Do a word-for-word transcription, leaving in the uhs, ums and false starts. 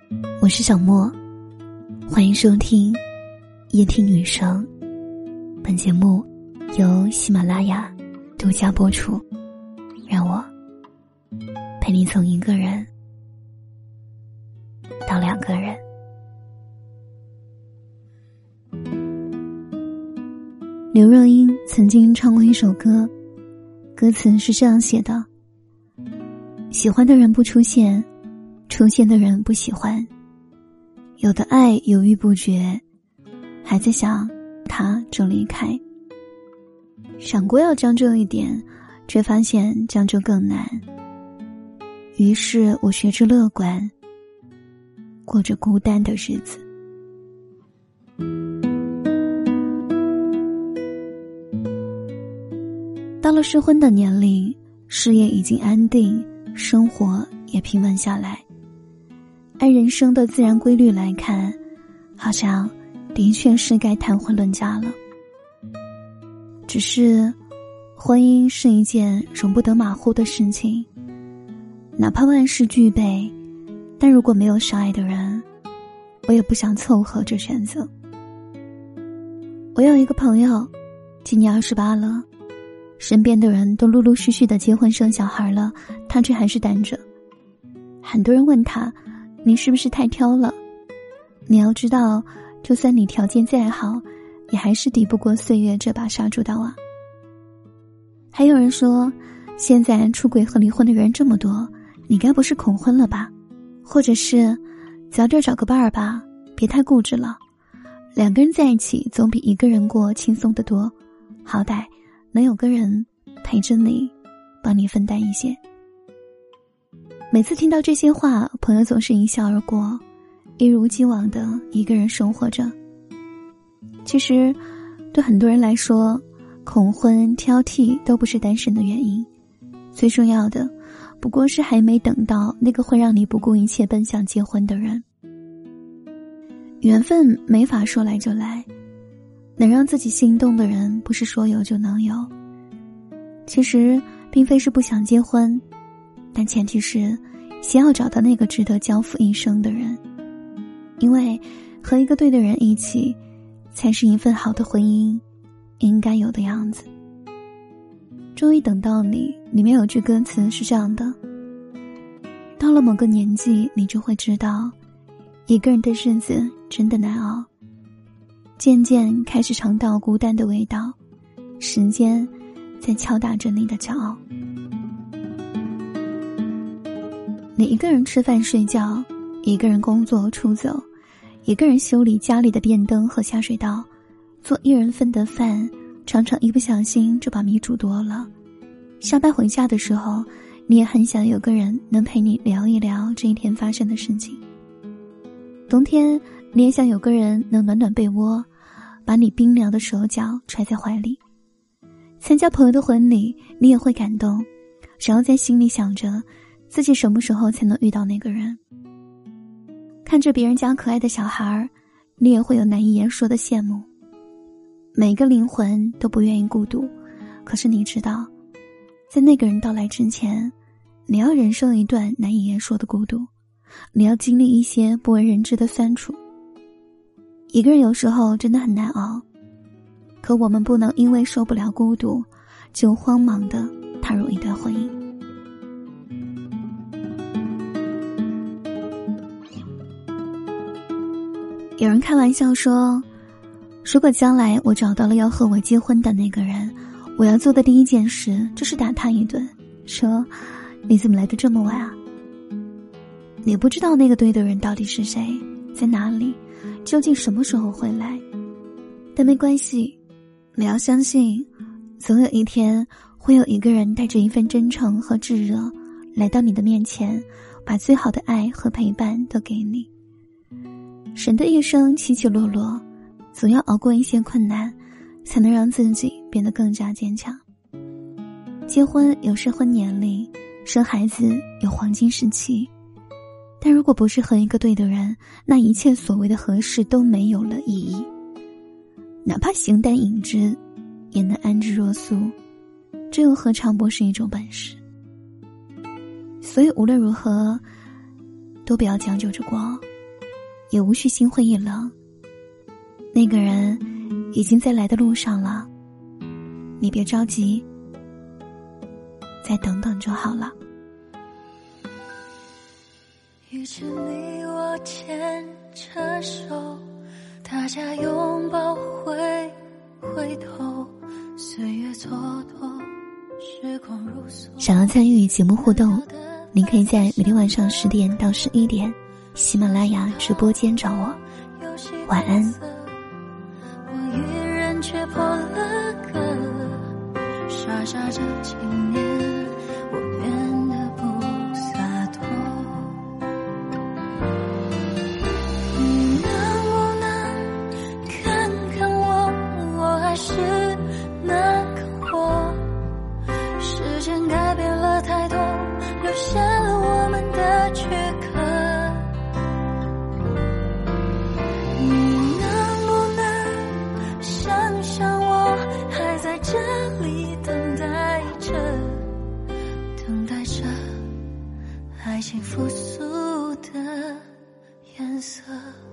我是小莫，欢迎收听夜听女生。本节目由喜马拉雅独家播出，让我陪你从一个人到两个人。刘若英曾经唱过一首歌，歌词是这样写的：喜欢的人不出现，出现的人不喜欢，有的爱犹豫不决，还在想他就离开。想过要将就一点，却发现将就更难。于是我学着乐观，过着孤单的日子。到了适婚的年龄，事业已经安定，生活也平稳下来。按人生的自然规律来看，好像的确是该谈婚论嫁了。只是婚姻是一件容不得马虎的事情，哪怕万事俱备，但如果没有相爱的人，我也不想凑合着选择。我有一个朋友，今年二十八了，身边的人都陆陆续续的结婚生小孩了，他却还是单着。很多人问他，你是不是太挑了？你要知道，就算你条件再好，也还是抵不过岁月这把杀猪刀啊。还有人说，现在出轨和离婚的人这么多，你该不是恐婚了吧？或者是早点找个伴儿吧，别太固执了。两个人在一起总比一个人过轻松得多，好歹能有个人陪着你，帮你分担一些。每次听到这些话，朋友总是一笑而过，一如既往的一个人生活着。其实对很多人来说，恐婚挑剔都不是单身的原因，最重要的不过是还没等到那个会让你不顾一切奔向结婚的人。缘分没法说来就来，能让自己心动的人不是说有就能有。其实并非是不想结婚，但前提是先要找到那个值得交付一生的人。因为和一个对的人一起，才是一份好的婚姻应该有的样子。终于等到你，里面有句歌词是这样的：到了某个年纪，你就会知道，一个人的日子真的难熬，渐渐开始尝到孤单的味道，时间在敲打着你的骄傲。你一个人吃饭睡觉，一个人工作出走，一个人修理家里的电灯和下水道，做一人份的饭，常常一不小心就把米煮多了。下班回家的时候，你也很想有个人能陪你聊一聊这一天发生的事情。冬天你也想有个人能暖暖被窝，把你冰凉的手脚揣在怀里。参加朋友的婚礼，你也会感动，然后在心里想着自己什么时候才能遇到那个人。看着别人家可爱的小孩，你也会有难以言说的羡慕。每个灵魂都不愿意孤独，可是你知道，在那个人到来之前，你要忍受一段难以言说的孤独，你要经历一些不为人知的酸楚。一个人有时候真的很难熬，可我们不能因为受不了孤独，就慌忙地踏入一段婚姻。有人开玩笑说，如果将来我找到了要和我结婚的那个人，我要做的第一件事就是打他一顿，说你怎么来得这么晚啊？你不知道那个对的人到底是谁，在哪里，究竟什么时候会来。但没关系，你要相信，总有一天会有一个人带着一份真诚和炙热来到你的面前，把最好的爱和陪伴都给你。人的一生起起落落，总要熬过一些困难，才能让自己变得更加坚强。结婚有适婚年龄，生孩子有黄金时期，但如果不是和一个对的人，那一切所谓的合适都没有了意义。哪怕形单影只，也能安之若素，这又何尝不是一种本事？所以无论如何，都不要将就着过， 也无需心灰意冷，那个人已经在来的路上了，你别着急，再等等就好了。 于是你我牵着手，大家拥抱回回头，岁月蹉跎，时光如梭。 想要参与节目互动，你可以在每天晚上十点到十一点喜马拉雅直播间找我。晚安。 我依然却破了格，傻傻这几年我变得不洒脱。你能不能看看我，我还是那个我，时间改变了太多，留下了我们的躯壳。你能不能想想我还在这里等待着，等待着爱情复苏的颜色。